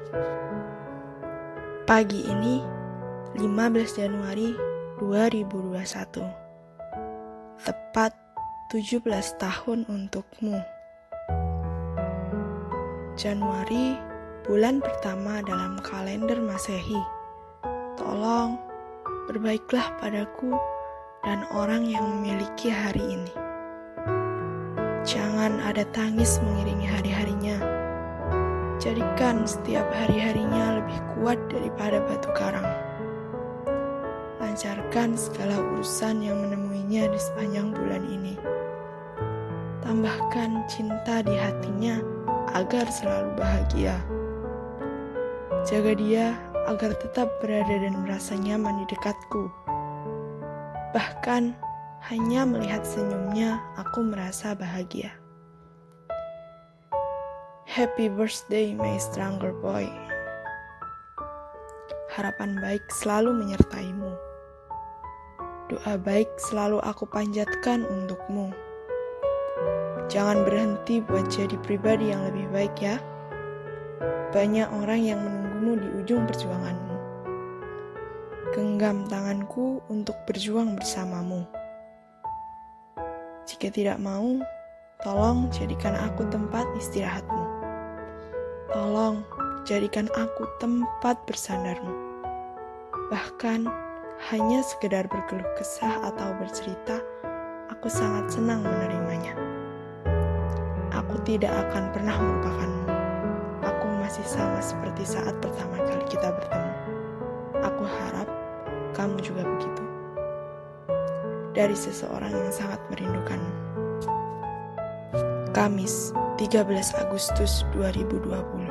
Pagi ini, 15 Januari 2021. Tepat 17 tahun untukmu. Januari, bulan pertama dalam kalender Masehi. Tolong, berbaiklah padaku dan orang yang memiliki hari ini. Jangan ada tangis mengiringi hari-harinya. Jadikan setiap hari-harinya lebih kuat daripada batu karang. Lancarkan segala urusan yang menemuinya di sepanjang bulan ini. Tambahkan cinta di hatinya agar selalu bahagia. Jaga dia agar tetap berada dan merasa nyaman di dekatku. Bahkan, hanya melihat senyumnya aku merasa bahagia. Happy birthday, my stronger boy. Harapan baik selalu menyertaimu. Doa baik selalu aku panjatkan untukmu. Jangan berhenti buat jadi pribadi yang lebih baik ya. Banyak orang yang menunggumu di ujung perjuanganmu. Genggam tanganku untuk berjuang bersamamu. Jika tidak mau, tolong jadikan aku tempat istirahatmu. Tolong jadikan aku tempat bersandarmu. Bahkan hanya sekedar berkeluh kesah atau bercerita, aku sangat senang menerimanya. Aku tidak akan pernah melupakanmu. Aku masih sama seperti saat pertama kali kita bertemu. Aku harap kamu juga begitu. Dari seseorang yang sangat merindukanmu. Kamis, 13 Agustus 2020.